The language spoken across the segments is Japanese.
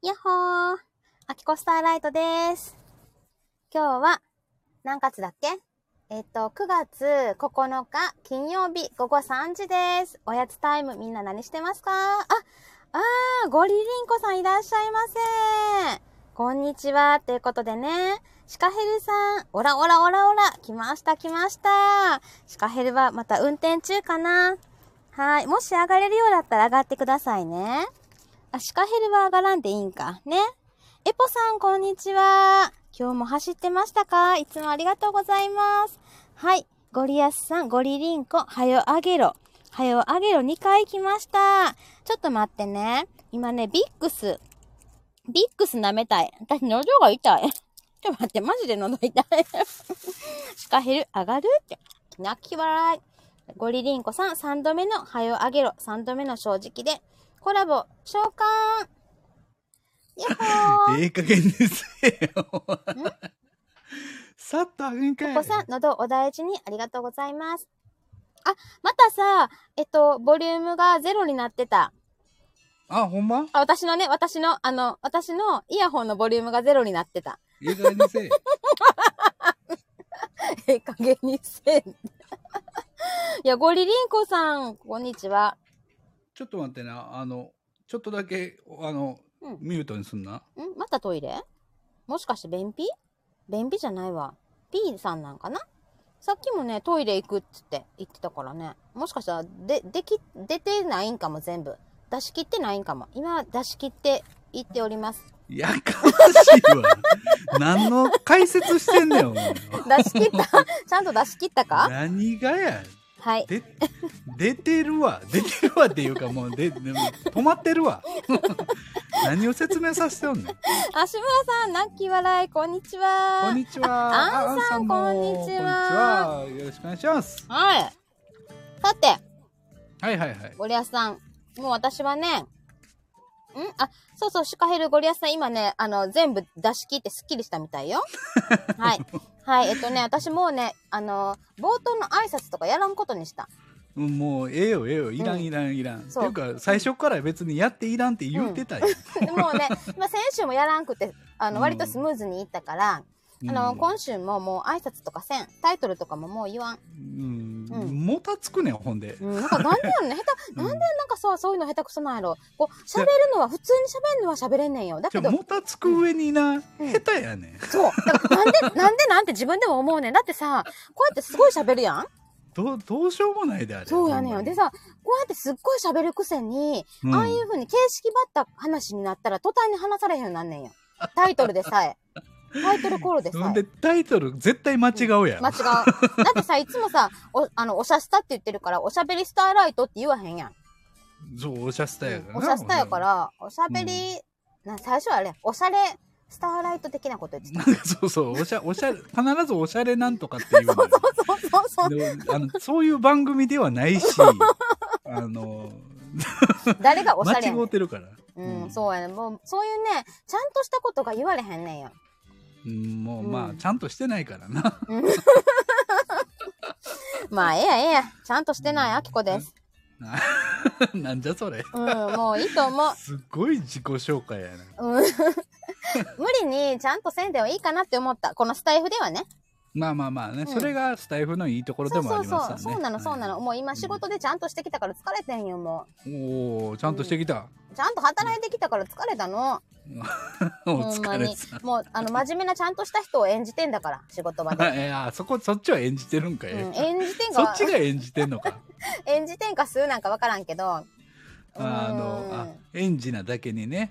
やっほー、あきこスターライトです。今日は何月だっけ？9月9日金曜日午後3時です。おやつタイムみんな何してますか？ゴリリンコさんいらっしゃいませ。こんにちは。ということでね、シカヘルさん、オラ、来ました。シカヘルはまた運転中かな？はい。もし上がれるようだったら上がってくださいね。シカヘルは上がらんでいいんか。ね。エポさん、こんにちは。今日も走ってましたか？いつもありがとうございます。はい。ゴリアスさん、ゴリリンコ、はよあげろ。2回来ました。ちょっと待ってね。今ね、ビックス舐めたい。私、喉が痛い。ちょっと待って、マジで喉痛い。シカヘル、上がるって。泣き笑い。ゴリリンコさん、3度目のはよあげろ。3度目の正直で。コラボ、召喚。やっほー。 ええ加減にせえよ。さっとあげんかい。 お子さん、喉お大事にありがとうございます。あ、またさ、ボリュームがゼロになってた。 あ、ほんま？ 私のイヤホンのボリュームがゼロになってた。 ええ加減にせえ。 ええ加減にせえ。いや、ゴリリンコさん、こんにちは。 ちょっと待ってな。ちょっとだけ、ミュートにすんな。 またトイレ？もしかして便秘じゃないわ。P さんなんかな？さっきもね、トイレ行くって言ってたからね。もしかしたら、出てないんかも、全部。出し切ってないんかも。今、出し切って言っております。 やかましいわ。何の解説してんねん、お前。 出し切ったちゃんと出し切ったか？ 何がや。 はい。 出てるわっていうかもう止まってるわ。何を説明させておんねん。 志村さん、泣き笑い、こんにちは。 こんにちは。 アンさん、こんにちは。 こんにちは。よろしくお願いします。 はい。さて。 はい。 ゴリアスさん、もう私はね、そう、シカヘルゴリアスさん、今ね、全部出し切ってスッキリしたみたいよ。はい。はい、私もうね、冒頭の挨拶とかやらんことにした。 もうええよいらん、っていうか最初から別にやっていらんって言ってたよ、 もうね、先週もやらんくて割とスムーズにいったから、今週ももう挨拶とかせん、タイトルとかももう言わん。 もたつくねんほんで、 なんかなんでやろね、なんでなんかそういうの下手くそなんやろ。こう喋るのは普通に喋るのは喋れんねんよ。だけどもたつく上にな、下手やねん。 そうだからなんて自分でも思うねん。だってさ、こうやってすごい喋るやん。 どうしようもないであれ。 そうやねん。でさ、こうやってすっごい喋るくせに、ああいう風に形式ばった話になったら途端に話されへんようになんねんよ。タイトルでさえ。タイトルコールでさえ。 で、タイトル絶対間違うやん。 間違う。だってさ、いつもさ、おしゃスタって言ってるから、おしゃべりスターライトって言わへんやん。 そう、おしゃスタやからな。 おしゃスタやから、おしゃべり、最初はあれ、おしゃれスターライト的なこと言ってた。 そう、おしゃれ、必ずおしゃれなんとかっていう。 そう。 そういう番組ではないし、 誰がおしゃれやねん。 間違うてるから。 そうやねん。もう、そういうね、ちゃんとしたことが言われへんねんよ。 もう、まあ、ちゃんとしてないからな。 まあ、ええや。ちゃんとしてない、あきこです。 なんじゃそれ。 もういいと思う。 すっごい自己紹介やな。 無理にちゃんとせんではいいかなって思った。このスタイフではね。 まあね、それがスタイフのいいところでもありますよね。 そうなの。もう今仕事でちゃんとしてきたから疲れてんよ、もう。おー、ちゃんとしてきた。 ちゃんと働いてきたから疲れたの。 お疲れさ。 もう、真面目なちゃんとした人を演じてんだから、仕事場で。 そっちは演じてるんかい。 演じてんか。 そっちが演じてんのか。 演じてんかすなんかわからんけど。 演じなだけにね。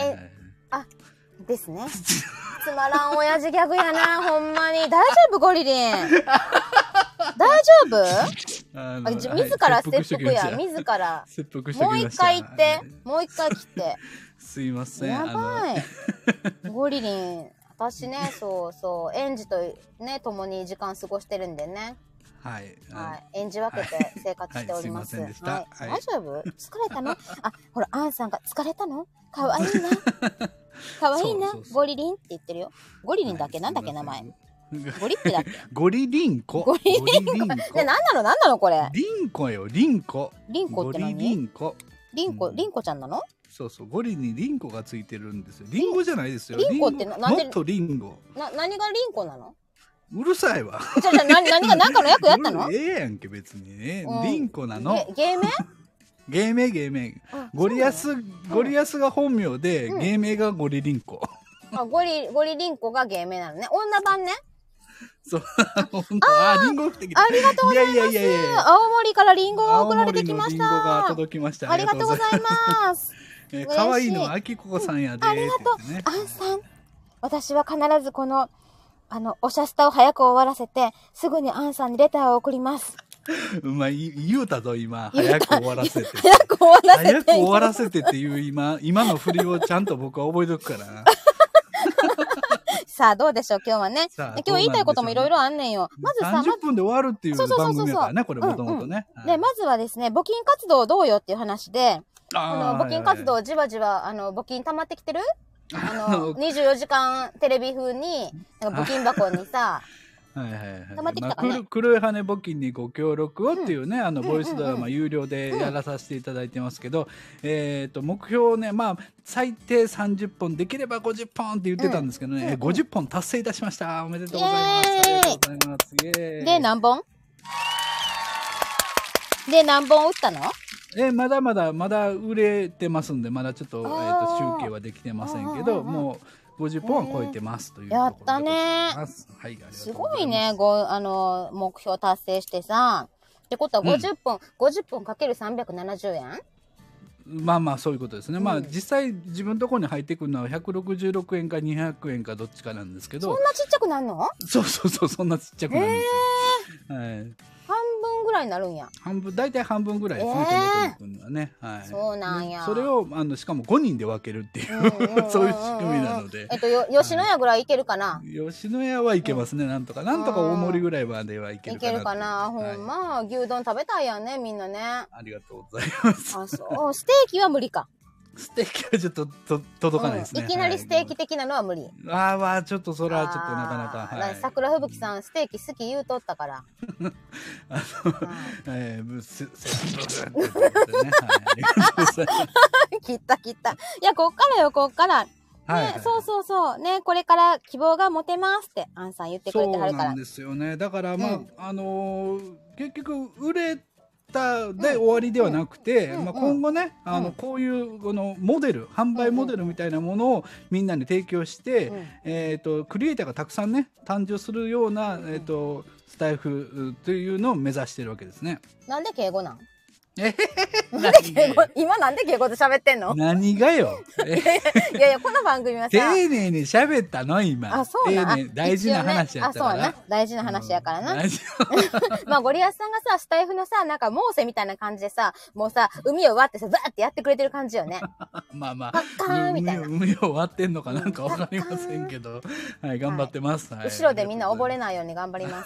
ですね。つまらん親父ギャグやな、ほんまに。大丈夫ゴリリン。大丈夫？自ら切腹や、自ら。 切腹してきました。 もう一回言って。もう一回切って。 すいません。 やばい。ゴリリン。私ね、そう、園児とね、共に時間過ごしてるんでね。 はい。 演じ分けて生活しております。大丈夫？疲れたの？ほら、アンさんが疲れたの？かわいいな。かわいいな。ゴリリンって言ってるよ。ゴリリンだっけ？なんだっけ名前。ゴリってだっけ？ ゴリリンコ。 ゴリリンコ。なんなのこれ。 リンコよ、リンコ。 リンコって何？ ゴリリンコ。 リンコ、 うんリンコちゃんなの？ そうそう、ゴリにリンコがついてるんですよ。リンゴじゃないですよ。 リンコってなんでもっとリンゴ。 何がリンコなの？ うるさいわ。 何が何かの役やったの？ ええやんけ、別にね。 うんリンコなの。 芸名？ 芸名。 あゴリアスが本名で、 うん芸名がゴリリンコ。 あ、ゴリリンコが芸名なのね。女版ね。 そう。リンゴ来てきた。 ありがとうございます。 いや。 青森からリンゴが送られてきまし青森のリンゴがた。 届きました。 ありがとうございます。 可愛いのはあきここさんやで。 ありがとうってね。 アンさん、私は必ずこの、おしゃスタを早く終わらせて、すぐにアンさんにレターを送ります。 言うたぞ、今。 言うた早く終わらせて。 早く終わらせて。 早く終わらせてっていう今の振りをちゃんと僕は覚えとくからな。 さあ、どうでしょう、今日はね。 さあ今日言いたいこともいろいろあんねんよ。まずさ、 30分で終わるっていうそう番組だからね、これもともとね。 で、まずはですね、募金活動どうよっていう話で、 あー募金活動じわじわ、募金溜まってきてる24時間テレビ風に、なんか募金箱にさ、溜まってきたかね黒い羽募金にご協力をっていうね、ボイスドラマ有料でやらさせていただいてますけど、目標ね、最低30本、できれば50本って言ってたんですけどね、50本達成いたしました。おめでとうございます。ありがとうございます。イエーイ。 で、何本打ったの？ まだ売れてますんで、まだちょっと、集計はできてませんけど、もう50本は超えてますというところでございます。はい、ありがとうございます。 すごいね、目標達成してさ。ってことは50本、50本かける370円？ そういうことですね。実際自分のところに入ってくるのは166円か200円かどっちかなんですけど。 そんなちっちゃくなるの？ そう、そんなちっちゃくなるんですよ。はい。 半分ぐらいになるんや。 大体半分ぐらいですね、手元に来るのはね。はい。 そうなんや。 それを、しかも5人で分けるっていう、そういう仕組みなので。 吉野家ぐらいいけるかな？ 吉野家はいけますね、なんとか大盛りぐらいまではいけるかな。 いけるかな、ほんま。牛丼食べたいやんね、みんなね。 ありがとうございます。 あ、そう。ステーキは無理か。 ステーキはちょっと届かないですね。 いきなりステーキ的なのは無理。 ちょっとそれはちょっとなかなか。はい。 桜吹雪さん、ステーキ好き言うとったから。切った。いや、こっから。ね、そう。ね、これから希望が持てますって、アンさん言ってくれてはるから。 そうなんですよね。だから結局、売れたで終わりではなくて、今後ね、こういうこのモデル、販売モデルみたいなものをみんなに提供して、クリエイターがたくさんね、誕生するような、スタイフというのを目指しているわけですね。 なんで敬語なん？ 何今なんで敬語で喋ってんの？ 何がよ。 いや、この番組はさ、 丁寧に喋ったの今。 あ、そうな。 大事な話やったから。 そうな。大事な話やからな。ゴリアスさんがさ、スタイフのさ、なんかモーセみたいな感じでさ、もうさ、海を割ってさ、バーってやってくれてる感じよね。パッカーンみたいな。 海を割ってんのかなんかわかりませんけど、はい、頑張ってます。 後ろでみんな溺れないように頑張ります。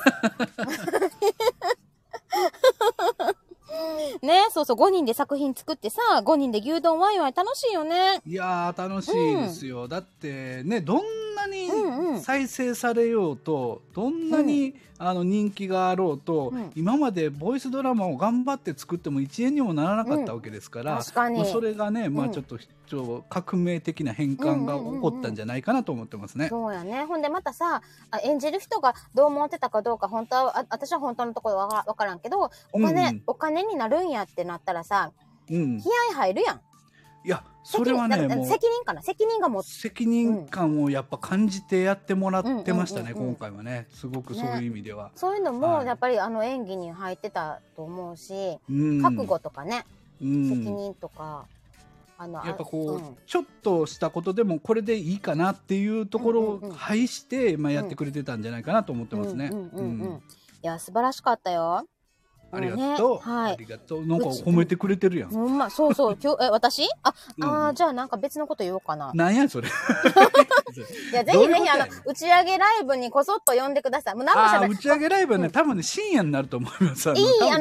ね、そう5人で作品作ってさ、5人で牛丼ワイワイ楽しいよね。 いやー、楽しいですよ。だってね、どんなに再生されようと、どんなに人気があろうと、今までボイスドラマを頑張って作っても1円にもならなかったわけですから、 確かにそれがね、ちょっと革命的な変換が起こったんじゃないかなと思ってますね。 そうやね。ほんでまたさ、演じる人がどう思ってたかどうか、本当は私は本当のところわからんけど、お金になるんやってなったらさ、気合入るやん。 いや、それはね、もう責任かな、責任感をやっぱ感じてやってもらってましたね、今回はね。すごくそういう意味では。 そういうのもやっぱり演技に入ってたと思うし、覚悟とかね、責任とか。 やっぱこう、ちょっとしたことでもこれでいいかなっていうところを排してやってくれてたんじゃないかなと思ってますね。 いや、素晴らしかったよ。 ありがとう。ありがとう。なんか褒めてくれてるやん。 ほんま、そう。私？じゃあなんか別のこと言おうかな。 なんやそれ。いや、ぜひ打ち上げライブにこそっと呼んでください。もう何もしゃべ打ち上げライブはね、多分ね、深夜になると思います。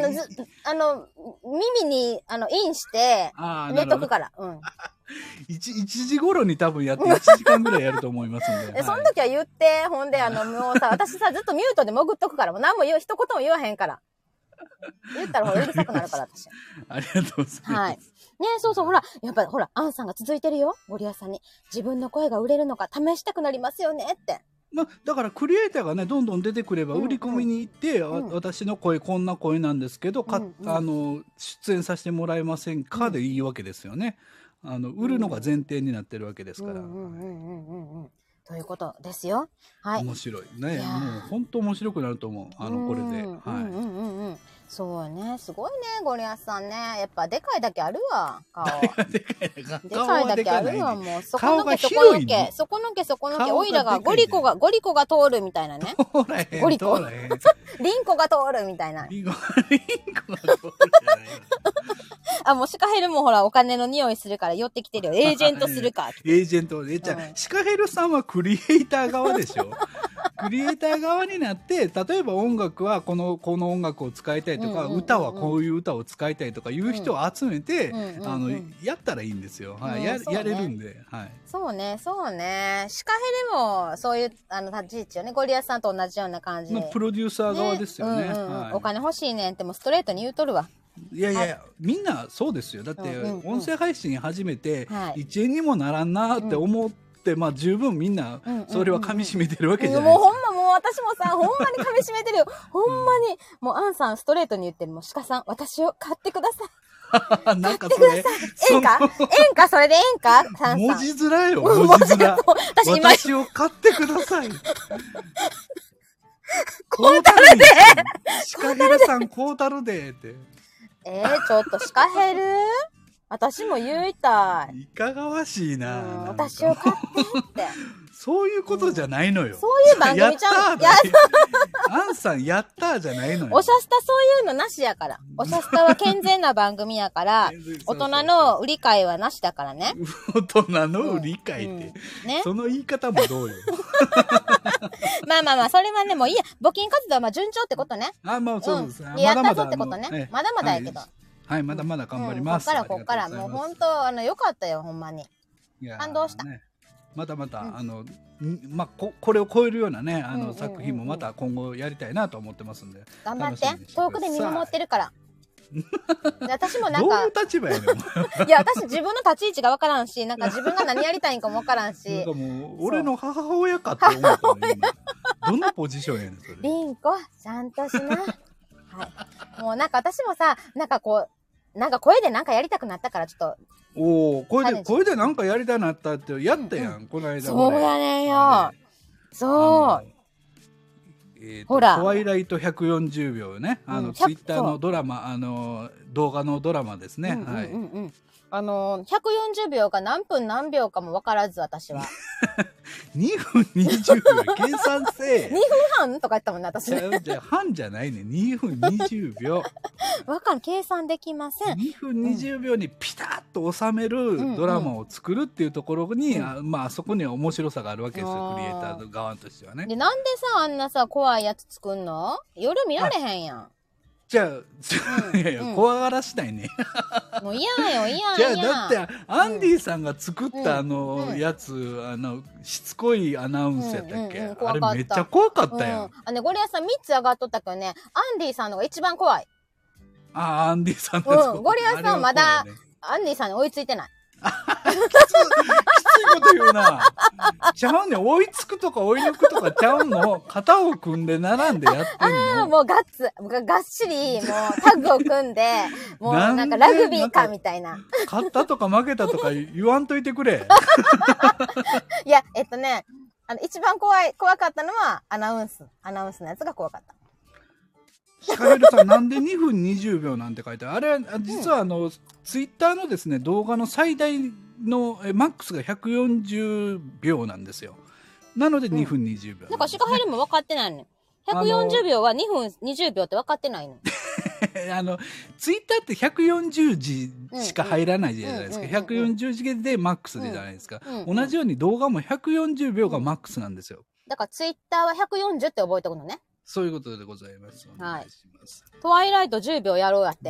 耳に、インして、寝とくから。 1時頃に多分やって1時間ぐらいやると思いますんで。 その時は言って、ほんで、もうさ、私さ、ずっとミュートで潜っとくから、もう何も一言も言わへんから。 言ったらほらうるさくなるから私。 ありがとうございます。 はい。ね、そうそう、ほら、やっぱほら、アンさんが続いてるよ。ゴリアスさんに。自分の声が売れるのか試したくなりますよねって。 だからクリエイターがねどんどん出てくれば売り込みに行って、私の声こんな声なんですけど、出演させてもらえませんかでいいわけですよね。売るのが前提になってるわけですから。 ということですよ。はい。 面白いね。もう本当面白くなると思う。これで。はい。 そうね、すごいね、ゴリアスさんね。やっぱでかいだけあるわ、顔。でかいだけあるわ、もう。そこの毛、そこの毛、おいらが、ゴリコが通るみたいなね。ゴリコ。リンコが通るみたいな。リンコが通るじゃない。あ、もうシカヘルもほら、お金の匂いするから寄ってきてるよ。エージェントするか。 エージェント。じゃあ、シカヘルさんはクリエイター側でしょ。クリエイター側になって、例えば音楽はこの音楽を使いたいとか、歌はこういう歌を使いたいとかいう人を集めて、やったらいいんですよ。はい。やれるんで。はい。 そうね。シカヘルもそういう、立ち位置よね。ゴリアスさんと同じような感じで。 プロデューサー側ですよね。 お金欲しいねんってもストレートに言うとるわ。 いや、みんなそうですよ。だって、音声配信始めて、1円にもならんなって思って、十分みんな、それは噛み締めてるわけじゃないですか。 もう私もさ、ほんまに噛み締めてるよ。ほんまに。もうアンさんストレートに言ってる。もう鹿さん、私を買ってください。 なんかそれ。 えんかそれでええんか文字面よ、文字面。私を買ってください。 こうたるでシカヘルさんこうたるでって。 ちょっとシカヘル私も言いたい。 いかがわしいな。 私を買ってって。 そういうことじゃないのよ。 そういう番組ちゃん。 アンさんやったーじゃないのよ。 おしゃスタそういうのなしやから。おしゃスタは健全な番組やから、大人の売り買いはなしだからね。 大人の売り買いって。ね。その言い方もどうよ。 それはね、もういいや。募金活動は順調ってことね。 そうです。 やったぞってことね。まだまだやけど。 はい、まだまだ頑張ります。 こっから、もう本当、よかったよ、ほんまに。感動した。 また、これを超えるようなね、作品もまた今後やりたいなと思ってますんで。 頑張って。遠くで見守ってるから。私もなんか。 どういう立場やねん。 いや、私自分の立ち位置がわからんし、なんか自分が何やりたいんかもわからんし。 なんかもう、俺の母親かって思ったね、今。どのポジションやねん、それ。 リンコ、ちゃんとしな。はい。もうなんか私もさ、なんか声でなんかやりたくなったからちょっと。 声でなんかやりたくなったってやったやん、この間。 そうやねんよ。そう。 ほら。トワイライト140秒ね。ツイッターのドラマ、動画のドラマですね。はい。 140秒か何分何秒かも分からず、私は。 2分20秒、計算せえ。 2分半とか言ったもんね、私。 半じゃないね。2分20秒。 計算できません。 2分20秒にピタッと収めるドラマを作るっていうところに、あそこには面白さがあるわけですよ、クリエイター側としてはね。 で、なんでさ、あんなさ、怖いやつ作んの？夜見られへんやん。 じゃあ、いや怖がらしたいね。 もう嫌よ。 じゃあ、だって、アンディさんが作ったやつ、しつこいアナウンスやったっけ？あれめっちゃ怖かったよ。 ゴリアスさん3つ上がっとったけどね、アンディさんのが一番怖い。 アンディさんのゴリアスさんまだ、アンディさんに追いついてない。 きついこと言うな。ちゃうねん。追いつくとか追い抜くとかちゃうの。肩を組んで並んでやってんの。 もうがっしり、もうタッグを組んで、もうなんかラグビーかみたいな。 勝ったとか負けたとか言わんといてくれ。 いや、一番怖かったのはアナウンスのやつが怖かった。 シカヘルさん、なんで2分20秒なんて書いてある？あれは、実はツイッターのですね、動画の最大のマックスが140秒なんですよ。なので2分20秒。 なんかシカヘルも分かってないの。140秒は2分20秒って分かってないの。 ツイッターって140字しか入らないじゃないですか。140字でマックスでじゃないですか。同じように動画も140秒がマックスなんですよ。 だからツイッターは140って覚えておくのね。 そういうことでございます。お願いします。 トワイライト10秒やろうやって。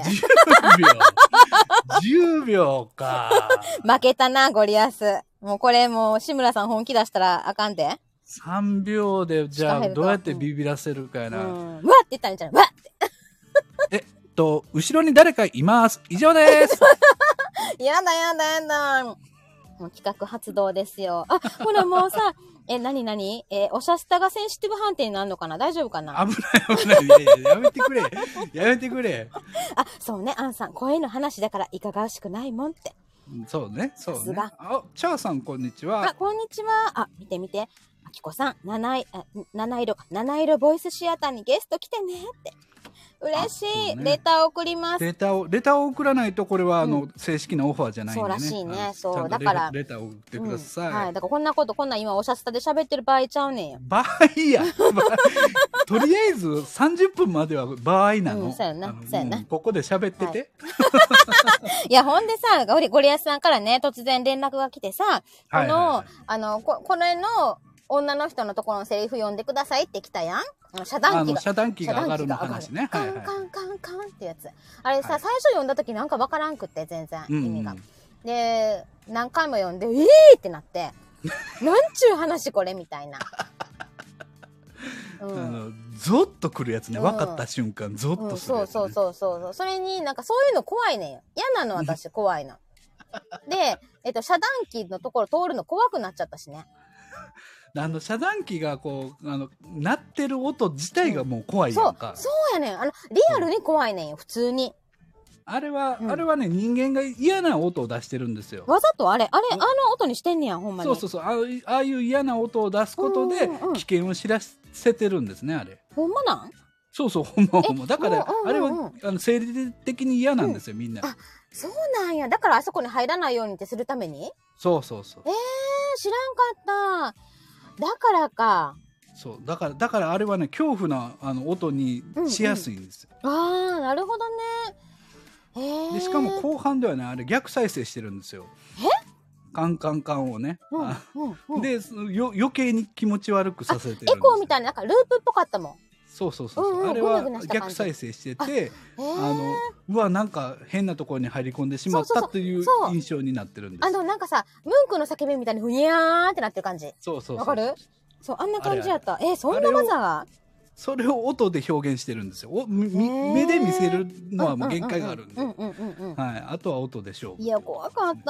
10秒か。 負けたな、ゴリアス。もうこれもう、志村さん本気出したらあかんで。 3秒で、じゃあ、どうやってビビらせるかやな。 わって言ったらいいんじゃない？わって。 後ろに誰かいます。以上です。 やだやだやだ。もう企画発動ですよ。あ、ほらもうさ、なになにおしゃスタがセンシティブ判定になるのかな、大丈夫かな。 危ない危ない。いやいや、やめてくれ。やめてくれ。 あ、そうね、アンさん、声の話だからいかがわしくないもんって。 そうね、そうね。 さすが。 あ、チャーさん、こんにちは。 あ、こんにちは。あ、見て見て。あきこさん、七色ボイスシアターにゲスト来てねって。嬉しい、ね。レター送ります。 レターを送らないと、これは、正式なオファーじゃないんでね。 そうらしいね。そう。 だから。レターを送ってください。 はい。だからこんな今おしゃスタで喋ってる場合ちゃうねんよ。 場合や。とりあえず30分までは場合なの。 そうやな。そうやな。 ここで喋ってて。 いや、ほんでさ、ゴリアスさんからね、突然連絡が来てさ、これの女の人のところのセリフ読んでくださいって来たやん。遮断機が上がるの話ね。カンカンカンカンってやつ。あれさ、最初読んだ時なんかわからんくって、全然意味が。で、何回も読んで、ってなって、なんちゅう話これみたいな。 ゾッとくるやつね。分かった瞬間、ゾッとするやつね。 そう。それになんかそういうの怖いねんよ。嫌なの私、怖いの。で、遮断機のところ通るの怖くなっちゃったしね。 遮断機がこう鳴ってる音自体がもう怖いやんか。 そうやねん。リアルに怖いねんよ、普通に。 あれはね、人間が嫌な音を出してるんですよ。 わざとあの音にしてんねや、ほんまに。 そう。ああいう嫌な音を出すことで危険を知らせてるんですね、あれ。 ほんまなん？ そう、ほんま。だから、あれは生理的に嫌なんですよ、みんな。 あ、そうなんや。だからあそこに入らないようにってするために？ そう。 知らんかった。だからか。 そう。だからあれはね、恐怖な音にしやすいんですよ。 ああ、なるほどね。 でしかも後半ではね、あれ逆再生してるんですよ。カンカンカンをね。で、余計に気持ち悪くさせてるんですよ。 エコーみたいな、なんかループっぽかったもん。 そう。あれは逆再生してて、うわ、なんか変なところに入り込んでしまったっていう印象になってるんです。 なんかさ、ムンクの叫びみたいにふにゃーってなってる感じ。 そう。 わかる？そう、あんな感じやった。そんな技が？ それを音で表現してるんですよ。目で見せるのはもう限界があるんで。あとは音でしょう。 いや、怖かった。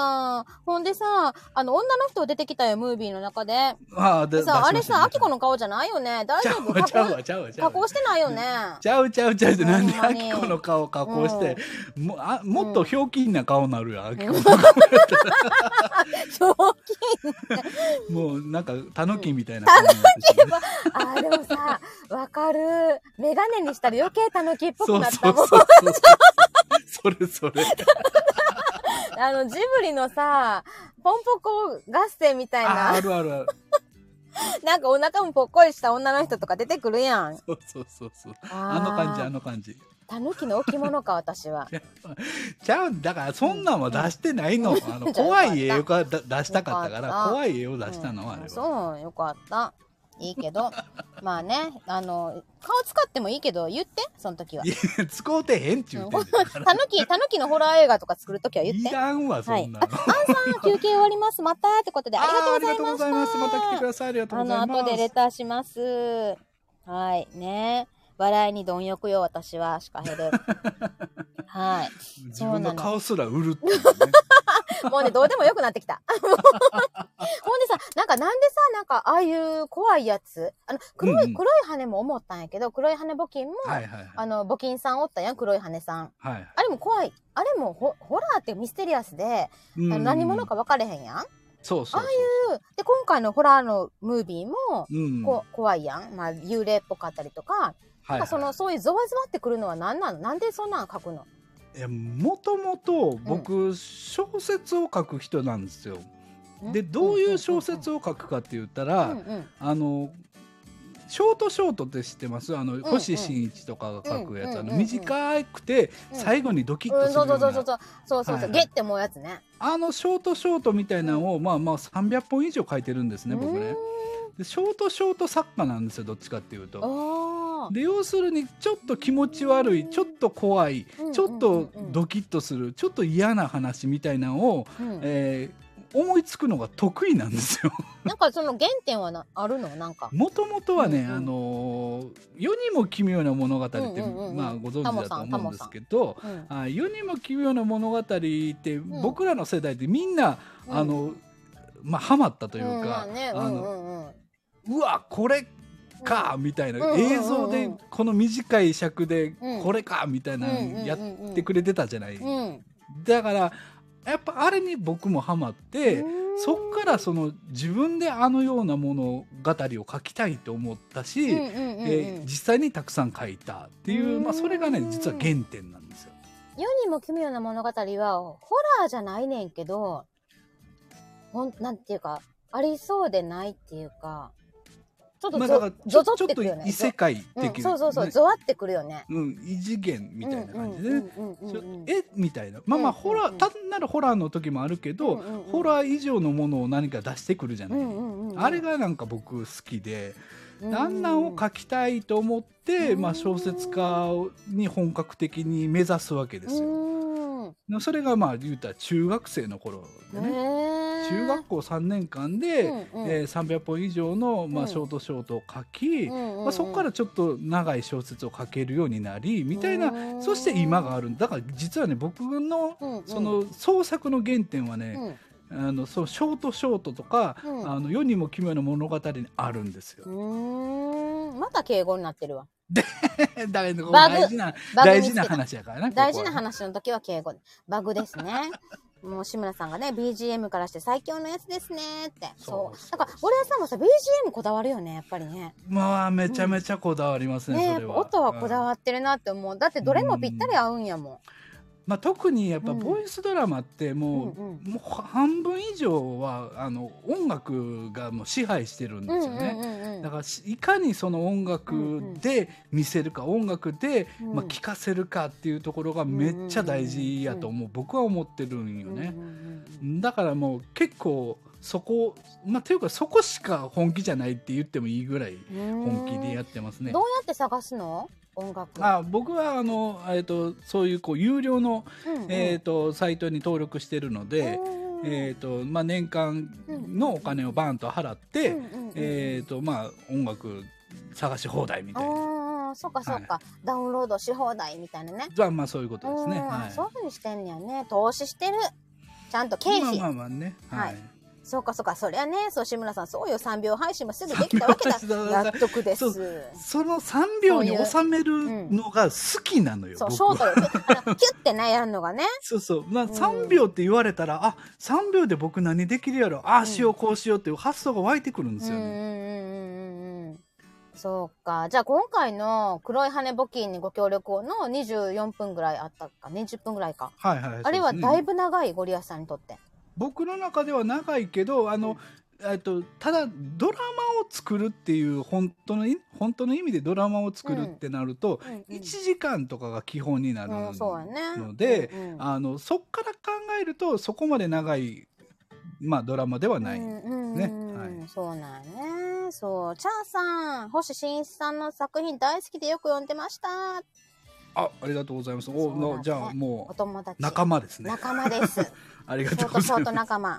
ほんでさ、女の人出てきたよ、ムービーの中で。あれさ、アキコの顔じゃないよね。大丈夫？加工してないよね。 ちゃう。なんでアキコの顔加工して。もっとひょうきんな顔になるよ、アキコの顔。ひょうきん。もうなんか、タヌキみたいな顔になって。 でもさ、わかる。メガネにしたら余計タヌキっぽくなったもん。 それ。 ジブリのさ、ポンポコ合戦みたいな。 ある。 なんかお腹もぽっこりした女の人とか出てくるやん。 そう。あの感じ。 タヌキの置物か、私は。 だからそんなんは出してないの。怖い絵を出したかったから、怖い絵を出したの、あれは。 そう、よかった。いいけど、まあね、顔使ってもいいけど、言って、その時は。 いや、使うてへんって言ってんタヌキのホラー映画とか作るときは言って。 いらんわ、そんなの。 アンさん、休憩終わります。またってことで、ありがとうございました。 ありがとうございます。また来てください。ありがとうございます。 後でレターします。はい、ね。笑いに貪欲よ、私は、シカヘル。はい。 自分の顔すら売るっていうね。 もうね、どうでもよくなってきた。ほんでさ、なんでさ、ああいう怖いやつ、黒い羽も思ったんやけど、黒い羽募金も、募金さんおったやん、黒い羽さん。あれも怖い。あれもホラーってミステリアスで、何者か分かれへんやん。 そう。 ああいう、で、今回のホラーのムービーも、怖いやん。まあ、幽霊っぽかったりとか、そういうゾワゾワってくるのは何なの？なんでそんなの書くの？ もともと僕、小説を書く人なんですよ。で、どういう小説を書くかって言ったら、ショートって知ってます？星新一とかが書くやつ、短くて最後にドキッとするような、 そう、ゲッて思うやつね。 ショートみたいなのをまあ300本以上書いてるんですね、僕ね。でショート作家なんですよ、どっちかっていうと。で要するにちょっと気持ち悪い、ちょっと怖い、ちょっとドキッとする、ちょっと嫌な話みたいなのを、 思いつくのが得意なんですよ。 なんかその原点はあるのなんか。 もともとはね、 うん世にも奇妙な物語って、 うんうんうんうんまあご存知だと思うんですけど、 うん世にも奇妙な物語って僕らの世代ってみんな、まあハマったというか、うわこれかみたいな、映像でこの短い尺でこれかみたいなのやってくれてたじゃない。だからやっぱあれに僕もハマって、そっからその自分であのような物語を書きたいと思ったし、実際にたくさん書いたっていう、まあそれがね実は原点なんですよ。 世にも奇妙な物語はホラーじゃないねんけど、なんていうかありそうでないっていうか、ちょっとゾゾってくるよね。 異世界的な、そう、ゾワってくるよね。 異次元みたいな感じでね。みたいな。まあホラー、単なるホラーの時もあるけど、ホラー以上のものを何か出してくるじゃない。あれがなんか僕好きで、あんなんを書きたいと思って、まあ小説家に本格的に目指すわけですよ。それがまあ言うたら中学生の頃でね。中学校3年間で、300本以上の、まあ、ショートを書き、まあ、そこからちょっと長い小説を書けるようになりみたいな、そして今がある。だから実はね僕のその創作の原点はね、そのショートとか、世にも奇妙な物語にあるんですよ。 また敬語になってるわ。 大事な話やからね。 大事な話の時は敬語。バグですね。もう志村さんがね BGM からして最強のやつですねって。そうだからゴリエさんもさ BGM こだわるよねやっぱりね。 まあめちゃめちゃこだわりますね。それは音はこだわってるなって思う。だってどれもぴったり合うんやもん。 まあ、特にやっぱボイスドラマってもう半分以上は音楽がもう支配してるんですよね。だからいかにその音楽で見せるか、音楽でまあ聴かせるかっていうところがめっちゃ大事やと僕は思ってるんよね。だからもう結構そこ、まあというかそこしか本気じゃないって言ってもいいぐらい本気でやってますね。 どうやって探すの？音楽。 僕はそういう有料の、サイトに登録してるので、まあ、年間のお金をバンと払って、まあ、音楽探し放題みたいな。 そうか、ダウンロードし放題みたいなね。 まあそういうことですね。 そういうふうにしてんねやね。投資してる。ちゃんと経費。 まあね。はい。 そうか、そりゃね、志村さん、そうよ、3秒配信もすぐできたわけだ。納得です。 その3秒に収めるのが好きなのよ。 そう、ショートよ。キュッてね、やるのがね。 そう。3秒って言われたら、3秒で僕何できるやろ、しよう、こうしようっていう発想が湧いてくるんですよね。 そうか。じゃあ今回の黒い羽募金にご協力の24分ぐらいあったか、20分ぐらいか。 はい。 あれはだいぶ長い、ゴリアスさんにとって。 僕の中では長いけどただドラマを作るっていう本当の意味でドラマを作るってなると、1時間とかが基本になるので、そっから考えるとそこまで長い、まあ、ドラマではないね。 そうなんね。そう、チャーさん、星新一さんの作品大好きでよく読んでました。 ありがとうございます。じゃあもうお友達、 仲間ですね。 仲間です。 ありがとうございます。 ショート仲間。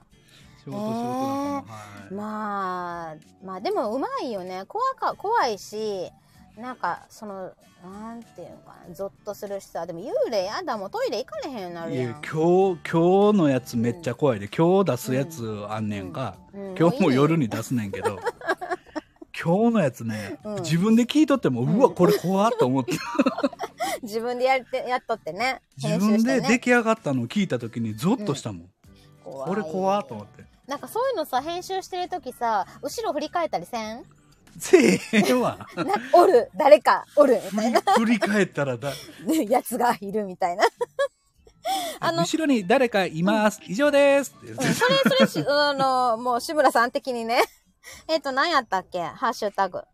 まあでもうまいよね。怖いし、なんかなんていうのかな、ゾッとするしさ。でも幽霊やだ、もうトイレ行かれへんようになるやん。 今日のやつめっちゃ怖いで、今日出すやつあんねんか。今日も夜に出すねんけど。今日のやつね、自分で聞いとっても、うわこれ怖っと思って。 自分でやっとってね。 自分で出来上がったのを聞いた時にゾッとしたもん。これ怖っと思って。 なんかそういうのさ、編集してる時さ、後ろ振り返ったりせん？ せえへんわ。 誰かおるみたいな。 振り返ったらやつがいるみたいな。 後ろに誰かいます。以上です。 それもう志村さん的にね。何やったっけ？ハッシュタグ。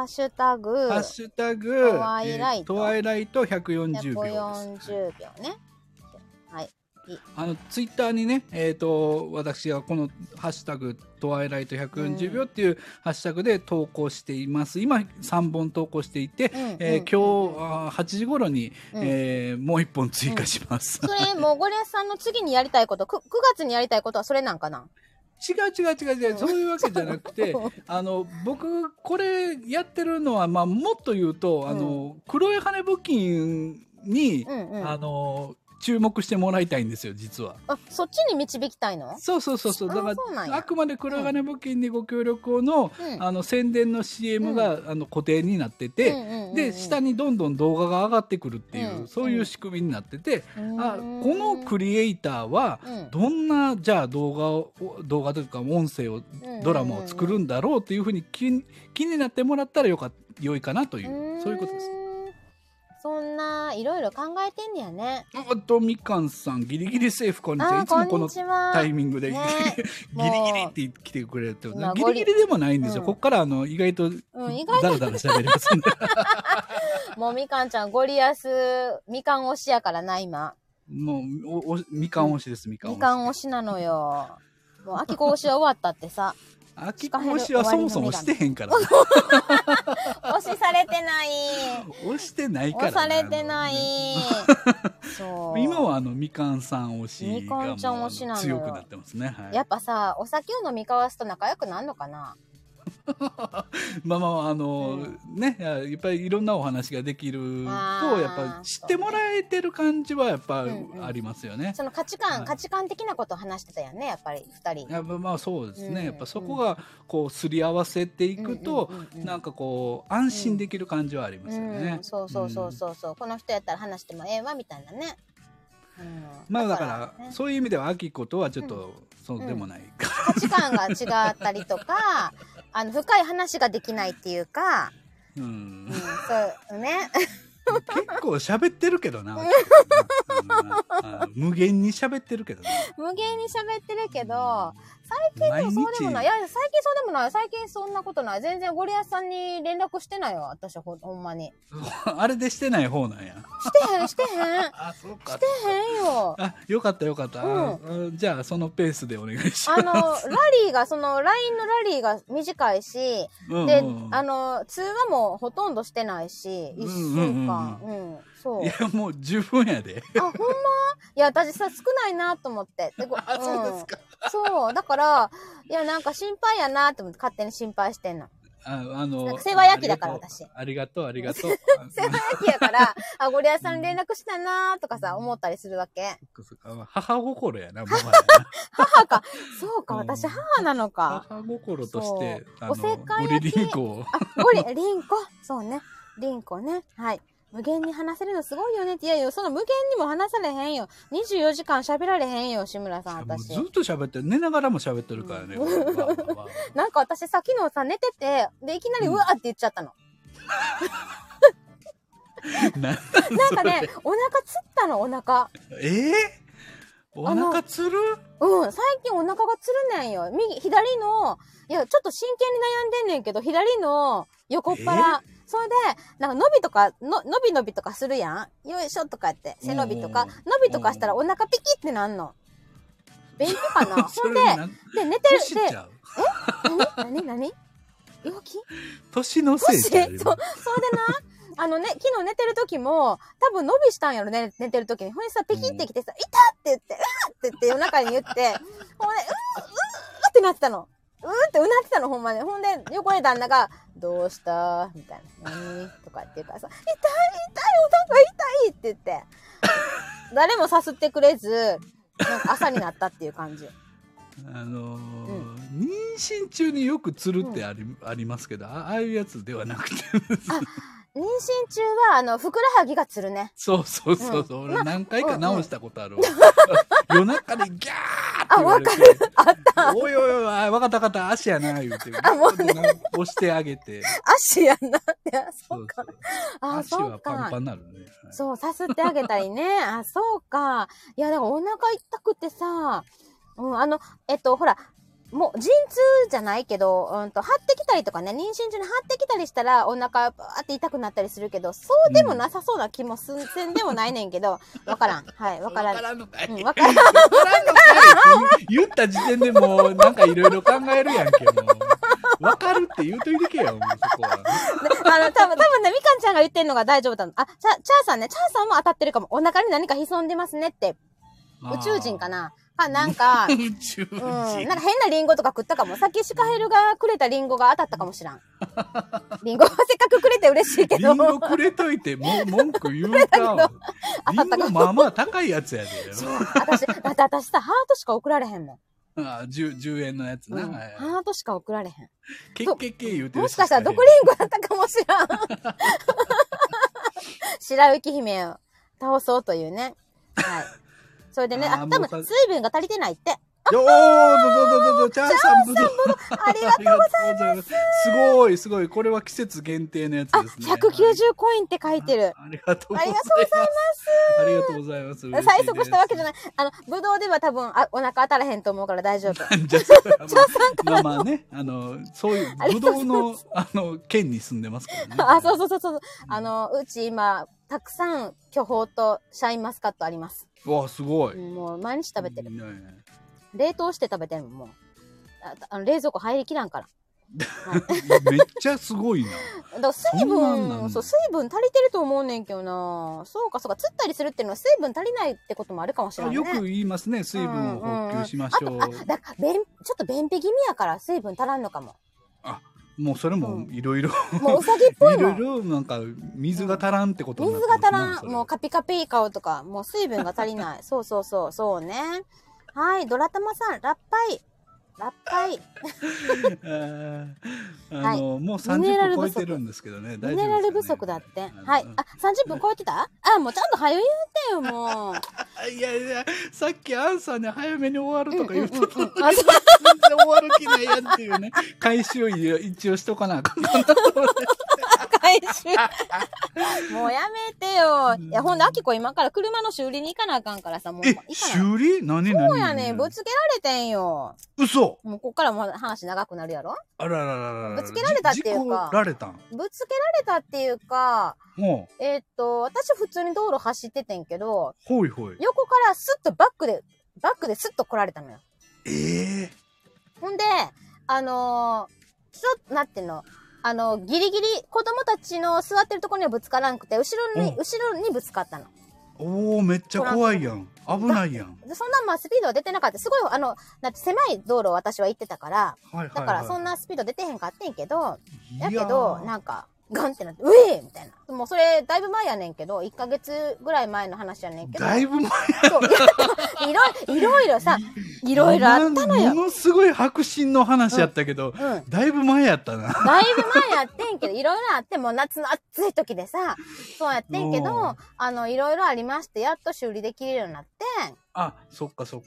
トワイライト140秒。140秒ね。はい。 ツイッターにね、私がこのハッシュタグトワイライト140秒っていうハッシュタグで投稿しています。今3本投稿していて、今日8時頃に、もう1本追加します。 それもうゴリアスさんの次にやりたいこと、9月にやりたいことはそれなんかな？ 違う、そういうわけじゃなくて、僕、これやってるのは、まあ、もっと言うと、黒い羽布巾に、注目してもらいたいんですよ、実は。 あ、そっちに導きたいの？ そう。だから、あくまで黒い羽布巾にご協力の、宣伝の CM が、固定になってて、で、下にどんどん動画が上がってくるっていう、そういう仕組みになってて、このクリエイターは、どんな、じゃあ動画というか音声を、ドラマを作るんだろうっていうふうに気になってもらったら良いかなという、そういうことです。 そんないろいろ考えてんねやね。 みかんさんギリギリセーフこんにちは。いつもこのタイミングで、ギリギリって来てくれるってこと、ギリギリでもないんですよ。こっから意外とダラダラ喋りますんで。 もうみかんちゃんゴリアスみかん推しやからな今。 もうみかん推しです。みかん推しなのよ。もう秋子推しは終わったってさ。 秋子推しはそもそもしてへんから。 推しされてない。 推してないから。 推されてない。 そう。今はみかんさん推しがみかんちゃん推しなのよ。 強くなってますね。はい、 やっぱさ、お酒を飲み交わすと仲良くなるのかな。 まあね、やっぱりいろんなお話ができるとやっぱ知ってもらえてる感じはやっぱありますよね。 その価値観的なことを話してたよね、やっぱり2人。 まあそうですね、やっぱそこがこうすり合わせていくとなんかこう安心できる感じはありますよね。 そうこの人やったら話してもええわみたいなね。 まあだからそういう意味ではあきことはちょっとそうでもない、 価値観が違ったりとか深い話ができないっていうか、そうね。 結構喋ってるけどな。無限に喋ってるけどね。 無限に喋ってるけど、最近でもそうでもない。いや、最近そうでもない。最近そんなことない。全然ゴリアスさんに連絡してないよ。私はほんまに。 あれでしてない方なんや。 してへん。あ、そうか。してへんよ。 あ、よかった。じゃあ、そのペースでお願いします。 ラリーが、LINE のラリーが短いし、で、通話もほとんどしてないし、1週間。そう。 いや、もう十分やで。 あ、ほんま？いや、私さ、少ないなと思って。 あ、そうですか。 そう。だから、いや、なんか心配やなと思って勝手に心配してんの。世話焼きだから、私。 ありがとう。世話焼きやから、ゴリアスさんに連絡したなとかさ、思ったりするわけ。 母心やな、もはや。 母か。そうか、私母なのか。 母心として、 おせっかい焼き。 リンコを。 リンコ。そうね。リンコね。はい。無限に話せるのすごいよねって。いやいや、その無限にも話されへんよ。24時間喋られへんよ、志村さん、私。 ずっと喋ってる。寝ながらも喋ってるからね。 なんか私さ、昨日さ、寝てて、で、いきなりうわーって言っちゃったの。なんかね、お腹つったの、お腹。 お腹つる？ 最近お腹がつるねんよ。左の、いや、ちょっと真剣に悩んでんねんけど、左の横っ腹。それで、なんか伸びとかするやん。よいしょとかやって、背伸びとか。伸びとかしたらお腹ピキってなんの。便秘かな。ほんで、寝てる。何病気？ 年のせい。 そう。それでな、昨日寝てる時も、多分伸びしたんやろね、寝てる時に。ほんでさ、ピキってきてさ、痛って言って、うわって言って夜中に言って、ほんで、ってなってたの。ってうなってたの、ほんまに。ほんで、横に旦那が、どうしたみたいな。何とかって言うからさ、痛い、お腹痛いって言って。誰もさすってくれず、なんか朝になったっていう感じ。 妊娠中によくつるってありますけど、ああいうやつではなくて。 妊娠中は、ふくらはぎがつるね。 そう。俺何回か直したことあるわ。夜中でギャーって言われて。 あった。 おい、わかった、足やな、言うて。 もうね。 押してあげて。 足やなって、そうか。 足はパンパンになるね。 そう、さすってあげたりね。そうか。いや、だからお腹痛くてさ、ほら、もう陣痛じゃないけど、張ってきたりとかね、妊娠中に張ってきたりしたらお腹バーって痛くなったりするけど、そうでもなさそうな気もせんでもないねんけど、わからん。はい、わからん。わからんのかい。わからんのかい。 言った時点でもうなんかいろいろ考えるやんけ、もう。わかるって言うといてけよ、もうそこは。 多分ね、みかんちゃんが言ってんのが大丈夫だの。チャーさんも当たってるかも。お腹に何か潜んでますねって。宇宙人かな。 なんか、 宇宙人。 なんか変なリンゴとか食ったかも。さっきシカヘルがくれたリンゴが当たったかもしらん。リンゴはせっかくくれて嬉しいけど。 リンゴくれといて、文句言うか。リンゴまあまあ高いやつやで。 だって私さ、ハートしか送られへんもん。 ああ、10円のやつな。 ハートしか送られへん。 け言うてる。 もしかしたら毒リンゴだったかもしらん。白雪姫を倒そうというね。はい。それでね、多分水分が足りてないって。 よー、チャーさんぶどう。 ありがとうございます。 すごい。これは季節限定のやつですね。 190コインって書いてる。 ありがとうございます。ありがとうございます。 催促したわけじゃない。ぶどうでは多分、お腹当たらへんと思うから大丈夫。 じゃあ、まあね、そういう、ぶどうの、県に住んでますからね。 そう。うち今、たくさん巨峰とシャインマスカットあります。 わあ、すごい。 もう毎日食べてる。冷凍して食べてるもう。冷蔵庫入りきらんから。 めっちゃすごいな。 だから水分足りてると思うねんけどな。そうか。釣ったりするっていうのは水分足りないってこともあるかもしれないね。 よく言いますね。水分を補給しましょう。 だからちょっと便秘気味やから水分足らんのかも。 もうそれもいろいろ。 もううさぎっぽいもん。 いろいろなんか水が足らんってことになってます。水が足らん。もうカピカピ顔とか、もう水分が足りない。そうね。はい、ドラタマさん、ラッパイ。 もう30分超えてるんですけどね。 ミネラル不足だって。はい。30分超えてた？もうちゃんと早言うてよ、もう。 いや、さっきアンさんね、早めに終わるとか言うとったのに、全然終わる気ないやんっていうね、回収一応しとかなあかんかなと思って。 回収。もうやめてよ。いや、ほんで、アキコ今から車の修理に行かなあかんからさ、もう行かな。 修理？何そうやねん、ぶつけられてんよ。 嘘。 もうこっからもう話長くなるやろ？ あらららら。 ぶつけられたっていうか。 ぶつけられたっていうか、私普通に道路走っててんけど、 横からスッとバックでスッと来られたのよ。ほんで、なんていうの、ギリギリ子供たちの座ってるところにはぶつからんくて、後ろにぶつかったの。 めっちゃ怖いやん。危ないやん。 そんなスピードは出てなかった。すごい、だって狭い道路を私は行ってたから、だからそんなスピード出てへんかってんけど、なんか、ガンってなって、うえーみたいな。もうそれ、だいぶ前やねんけど、1ヶ月ぐらい前の話やねんけど。 だいぶ前やいろいろあったのよ。 ものすごい迫真の話やったけど、だいぶ前やったな。 だいぶ前やってんけど、いろいろあって、もう夏の暑い時でさ、そうやってんけど、いろいろありまして、やっと修理できるようになって。 そっか。そう。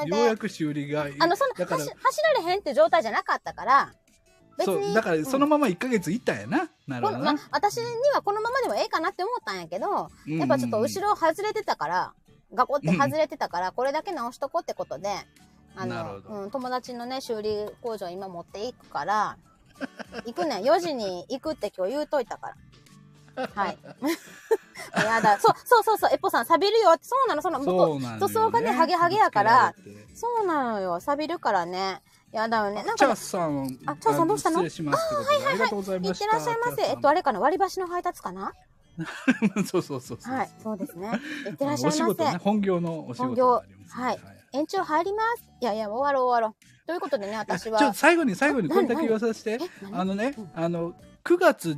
でようやく修理が。 走られへんって状態じゃなかったから、 別に。だからそのまま1ヶ月行ったんやな。なるほどな。 私にはこのままでもええかなって思ったんやけど、やっぱちょっと後ろ外れてたから、ガコって外れてたから、これだけ直しとこうってことで、友達のね、修理工場今持っていくから、行くねん。4時に行くって今日言うといたから。はい。やだ。そう、エポさん、錆びるよって。そうなの、塗装がね、ハゲハゲやから、そうなのよ。錆びるからね。やだよね。 チャーさんどうしたの？ 失礼しますってことで。ありがとうございました。 いってらっしゃいませ。あれかな、割り箸の配達かな？ そう。 はい、そうですね。いってらっしゃいませ。 お仕事ね、本業のお仕事があります。 はい。延長入ります。いや、終わろう。ということでね、私は。 最後にこれだけ言わさせて。9月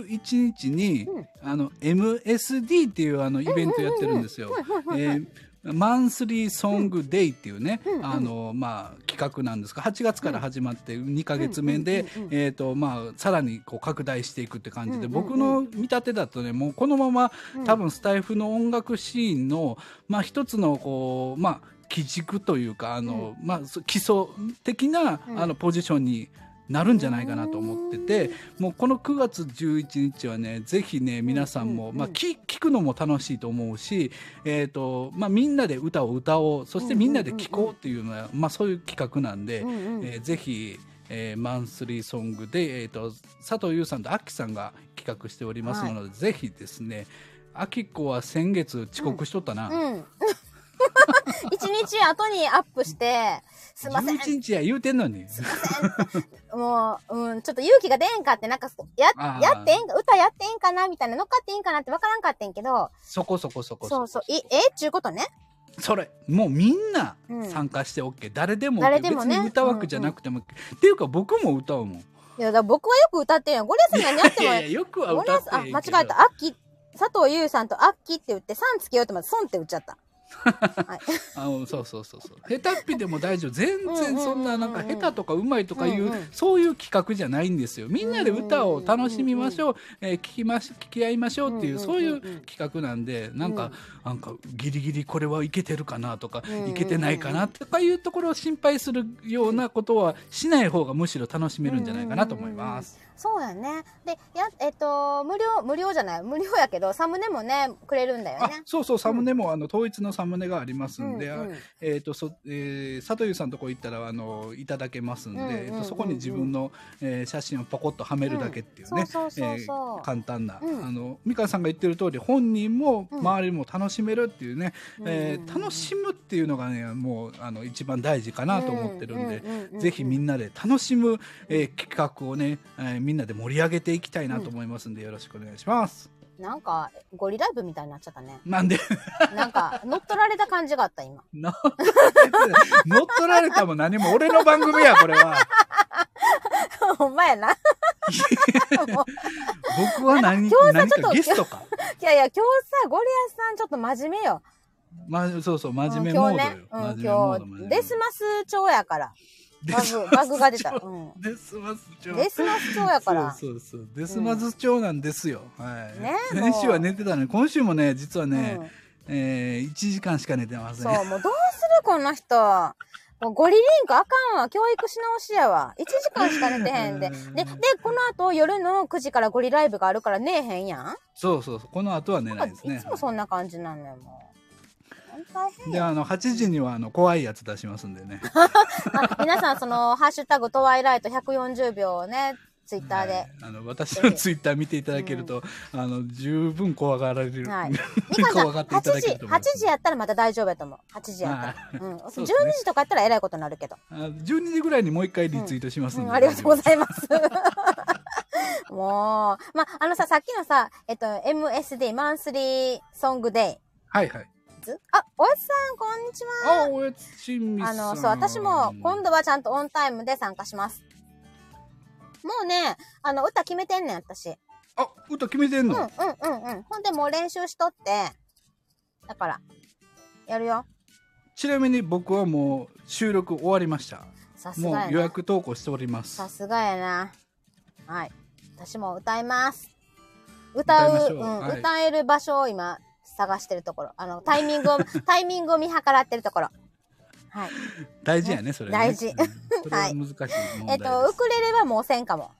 11日に、MSD っていうイベントやってるんですよ。マンスリーソングデイっていうね、企画なんですが、8月から始まって2ヶ月目で、さらにこう拡大していくって感じで、僕の見立てだとね、もうこのまま多分スタイフの音楽シーンの、一つのこう、基軸というか、基礎的なポジションになるんじゃないかなと思ってて、もうこの9月11日はね、ぜひね、皆さんも、聞くのも楽しいと思うし、みんなで歌を歌おう、そしてみんなで聴こうっていうのは、そういう企画なんで、ぜひ、マンスリーソングで、佐藤優さんとアッキさんが企画しておりますので、ぜひですね、アキコは先月遅刻しとったな。 一日後にアップして、すいません。 11日や言うてんのに。 すいません。もう、ちょっと勇気が出んかって、なんか、やってえんか、歌やってえんかなみたいな、乗っかっていいんかなってわからんかってんけど。 そこ。 そう。ちゅうことね。 それもうみんな参加して OK、誰でも OK、別に歌枠じゃなくても、っていうか僕も歌うもん。 いや、だから僕はよく歌ってんやん。ゴリアス何やっても。 いやいや、よくは歌ってんやけど。 間違えた。アッキ、佐藤優さんとアッキって言って、さんつけようと思って、ソンって打っちゃった。はい、 そう。下手っぴでも大丈夫。全然そんななんか下手とかうまいとかいう、そういう企画じゃないんですよ。みんなで歌を楽しみましょう、聞き合いましょうっていう、そういう企画なんで、なんかギリギリこれはいけてるかなとか、いけてないかなとかいうところを心配するようなことはしない方がむしろ楽しめるんじゃないかなと思います。 そうやね。で、無料じゃない、無料やけど、サムネもね、くれるんだよね。 そう、サムネも、統一のサムネがありますんで、佐藤優さんのとこ行ったら、いただけますんで、そこに自分の、写真をポコッとはめるだけっていうね、簡単な、みかんさんが言ってる通り、本人も周りも楽しめるっていうね、楽しむっていうのがね、もう、一番大事かなと思ってるんで、ぜひみんなで楽しむ、企画をね、みんなで盛り上げていきたいなと思いますんで、よろしくお願いします。 なんかゴリライブみたいになっちゃったね。 なんでなんか乗っ取られた感じがあった今。 乗っ取られたも何も俺の番組やこれは。 ほんまやな。 僕は何かゲストか。 いや今日さゴリアスさんちょっと真面目よ。 そう真面目モードよ。 今日デスマス調やから。バグが出た。 デスマス調やから。 そう。デスマス調なんですよ。はい。先週は寝てたのに、今週もね、実はね、1時間しか寝てません。 そう、もうどうするこの人。もうゴリリンクあかんわ。教育し直しやわ。1時間しか寝てへんで。で、この後夜の9時からゴリライブがあるから寝えへんやん。 そう。この後は寝ないですね。 いつもそんな感じなんだよ、もう。 で8時には怖いやつ出しますんでね。 皆さんハッシュタグトワイライト140秒をねツイッターで、 私のツイッター見ていただけると、十分怖がられる、怖がっていただけると思います。 8時やったらまた大丈夫やと思う。8時やったら、12時とかやったらえらいことになるけど、 12時ぐらいにもう一回リツイートしますんで、 ありがとうございますもうさっきのさMSD マンスリーソングデイ、 はいおやつさん、こんにちは。 おやつしんみさん。 そう、私も今度はちゃんとオンタイムで参加します。もうね、歌決めてんねん、私。 歌決めてんの？ ほんでもう練習しとって、だから、やるよ。 ちなみに僕はもう収録終わりました。 さすがやな。 もう予約投稿しております。 さすがやな。はい。私も歌います。歌える場所を今、探してるところ、タイミングを見計らってるところ。はい。 大事やね、それね。 大事。 それは難しい問題です。 ウクレレはもうせんかも。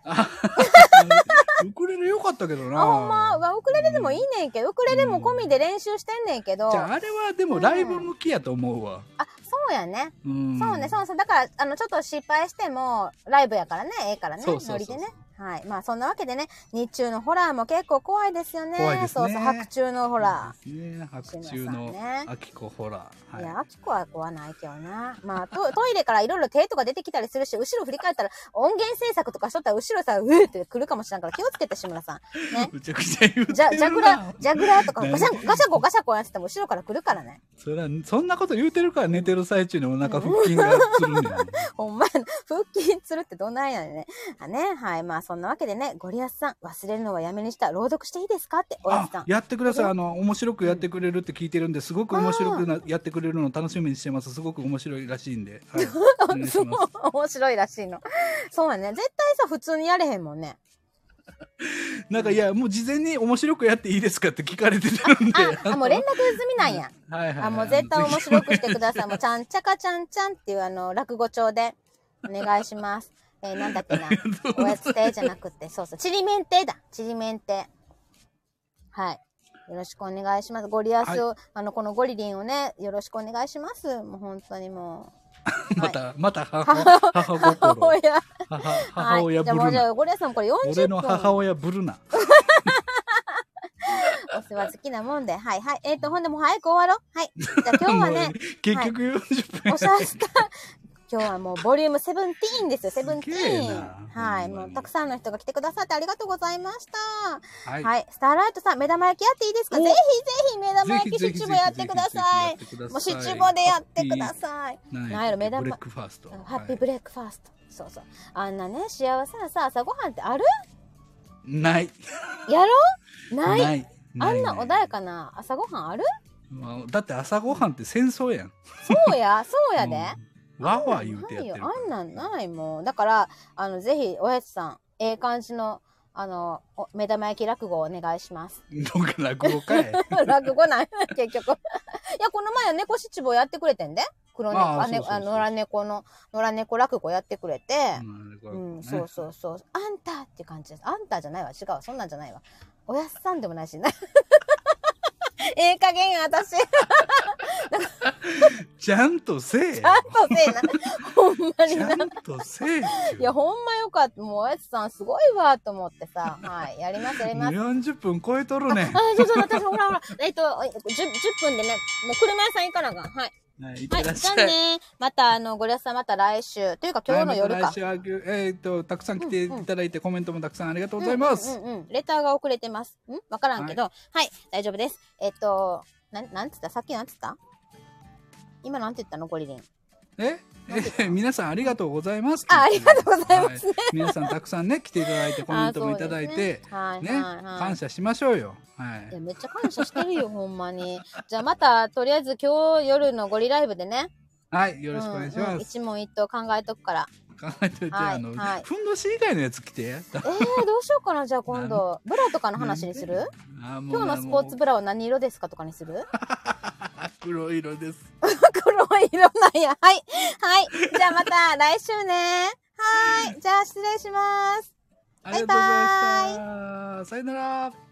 ウクレレ良かったけどな。 ほんま、ウクレレでもいいねんけど、ウクレレも込みで練習してんねんけど。 じゃあ、あれはでもライブ向きやと思うわ。 そうやね。そうだから、ちょっと失敗しても、ライブやからね、からね、ノリでね。はい。そんなわけでね、日中のホラーも結構怖いですよね。 怖いですね。 そう、白昼のホラー。白昼のアキコホラー。いや、アキコは怖ないけどな。トイレからいろいろ手とか出てきたりするし、後ろ振り返ったら音源制作とかしとったら後ろさ、うーって来るかもしれんから気をつけて、志村さん。ね。 むちゃくちゃ言うてるな。 ジャグラーとかガシャコやってても後ろから来るからね。 そんなこと言うてるから寝てる最中にお腹腹筋がするんだよね。 ほんまや、腹筋するってどんなんやね。はい。そんなわけでね、ゴリアスさん、忘れるのはやめにした。朗読していいですかって、おやつさん。 やってください。面白くやってくれるって聞いてるんで、すごく面白くやってくれるの楽しみにしてます。すごく面白いらしいんで。はい。お願いします。 面白いらしいの。そうやね。絶対さ、普通にやれへんもんね。 なんか、いや、もう事前に面白くやっていいですかって聞かれてるんで。 もう連絡済みなんや。 はい。 もう絶対面白くしてください。もうちゃんちゃかちゃんちゃんっていう落語帳でお願いします。なんだっけな。おやつ亭じゃなくて、そう。ちりめん亭だ。ちりめん亭。はい。よろしくお願いします。ゴリアスを、このゴリリンをね、よろしくお願いします。もう本当にもう。また母親。 母親ブルナ。 じゃあゴリアスさんこれ40分。 俺の母親ブルナ。 お世話好きなもんで。はい。ほんでもう早く終わろう。はい。じゃあ今日はね。 結局40分。 おしゃスタ。 今日はもうボリューム17ですよ、 すげえ 17。 なはい。 ほんまにもうたくさんの人が来てくださってありがとうございました。 はい。 はい。スターライトさん、目玉焼きやっていいですか？ おぜひぜひ目玉焼きぜひ七五やってください。もう七五でやってください。 なんなんやろ目玉ブレックファースト。 ハッピーブレックファースト。そうそう。あんなね、幸せなさ、朝ごはんってある？ ない。 やろ？ない。 ない。 あんなない穏やかな朝ごはんある？ まあだって朝ごはんって戦争やん。 そうや、そうやで。 わわ言うてやってるから。 あんなんないもん。だから、ぜひ、おやつさん、ええ感じの、目玉焼き落語をお願いします。 どっか落語かい。 落語なん結局。いや、この前は猫七五やってくれてんで。黒猫、 ああそうそうそう野良猫落語やってくれて。 うんうん、そうそうそう。あんたっていう感じです。あんたじゃないわ。違うわ。そんなんじゃないわ。おやすさんでもないしね。ええ加減や、私。 ちゃんとせえよ。 ちゃんとせえな。ほんまにちゃな。 んとせえよ。 いや、ほんまよかった。もう、おやつさんすごいわ、と思ってさ。はい。やります、やります。 40分超えとるね。 ちょっと私、ほらほら。10分でね、もう車屋さん行かなあかん。はい。 はい、いっはい。 てらっしじゃあゃい。 ね、また、ごりょうさんまた来週。というか、今日の夜か。 はいまた来週たくさん来ていただいて、コメントもたくさんありがとうございます。 レターが遅れてます。わからんけど。はい、大丈夫です。なんつった？さっきなんつった？今なんて言ったの？ゴリリン。 皆さんありがとうございます。 ありがとうございますね。 皆さんたくさんね、来ていただいて、コメントもいただいて、ね、感謝しましょうよ。はい。 いや、めっちゃ感謝してるよ、ほんまに。じゃあまた、とりあえず今日夜のゴリライブでね。 はい、よろしくお願いします。 一問一答考えとくから。 考えといて、ふんどし以外のやつ来て。 どうしようかな、じゃあ今度。ブラとかの話にする？今日のスポーツブラは何色ですかとかにする？ 黒色です。 黒色なんや。はい。はい。じゃあまた来週ね。はい。じゃあ失礼します。 ありがとうございました。さよなら。